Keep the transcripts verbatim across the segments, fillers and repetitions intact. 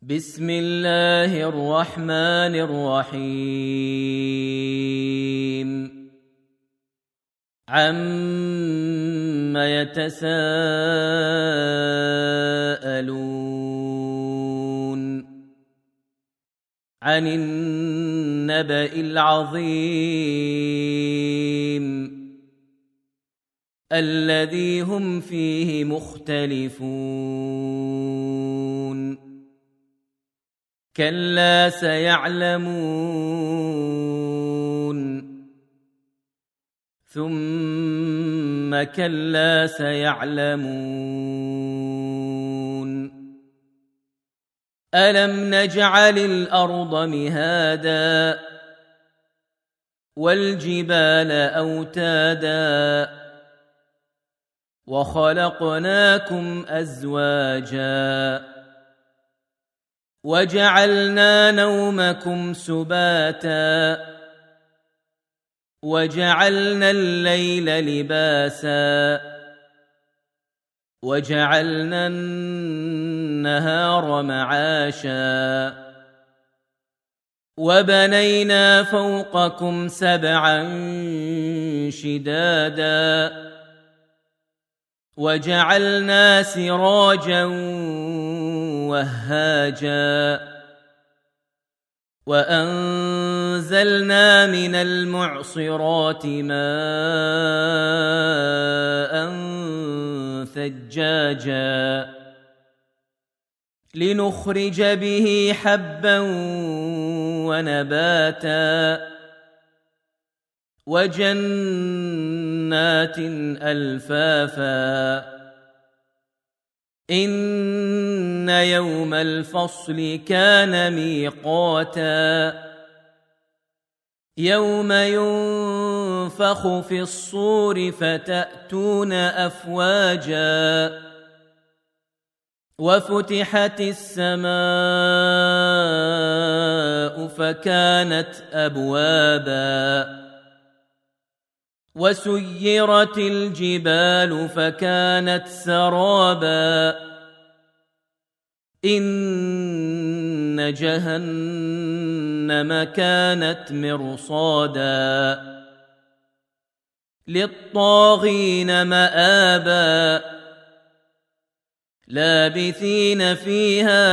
بسم الله الرحمن الرحيم عَمَّ يتساءلون عن النبأ العظيم الذي هم فيه مختلفون كلا سيعلمون ثم كلا سيعلمون ألم نجعل الأرض مهادا والجبال أوتادا وخلقناكم أزواجا وجعلنا نومكم سباتا وجعلنا الليل لباسا وجعلنا النهار معاشا وبنينا فوقكم سبعا شدادا وجعلنا سراجا وهاجا وأنزلنا من المعصرات ماء ثجاجا لنخرج به حبا ونباتا وجنات ألفافا إن يوم الفصل كان ميقاتا يوم ينفخ في الصور فتأتون أفواجا وفتحت السماء فكانت أبوابا وسيرت الجبال فكانت سرابا إن جهنم كانت مرصادا للطاغين مآبا لابثين فيها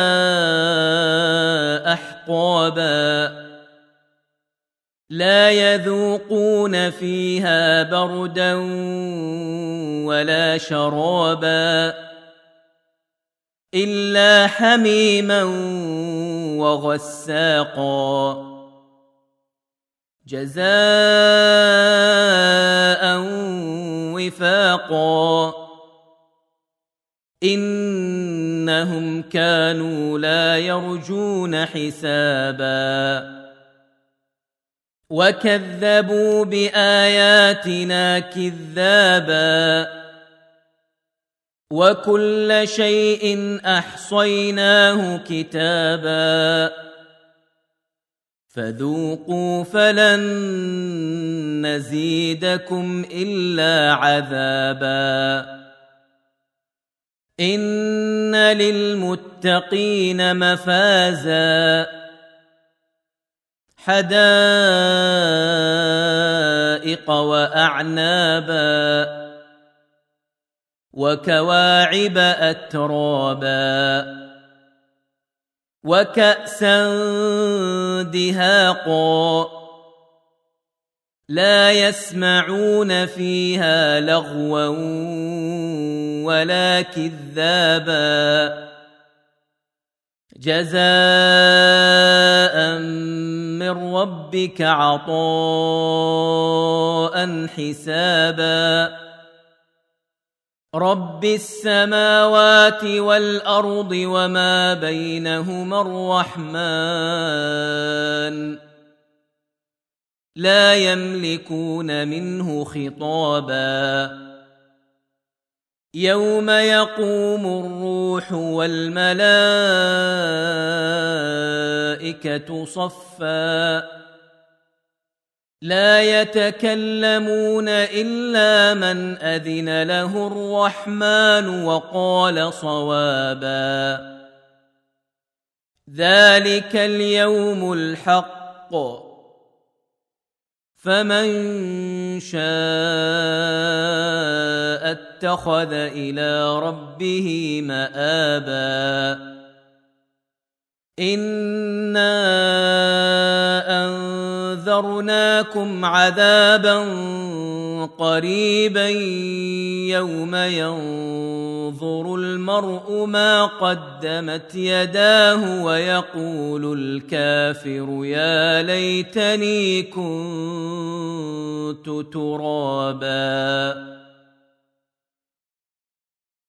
أحقابا لا يذوقون فيها بردا ولا شرابا إلا حميما وغساقا جزاء وفاقا إنهم كانوا لا يرجون حسابا وكذبوا بآياتنا كذابا وكل شيء أحصيناه كتابا فذوقوا فلن نزيدكم إلا عذابا إن للمتقين مفازا حدائق وأعنابا وكواعب أترابا وكأسا دهاقا لا يسمعون فيها لغوا ولا كذابا جزاء من ربك عطاء حسابا رب السماوات والأرض وما بينهما الرحمن لا يملكون منه خطابا يوم يقوم الروح والملائكة صفا لا يتكلمون إلا من أذن له الرحمن وقال صوابا ذلك اليوم الحق فمن شاء اتخذ إلى ربه مآبا إنا أنذرناكم عذابا قريبا يوم ينظر المرء ما قدمت يداه ويقول الكافر يا ليتني كنت ترابا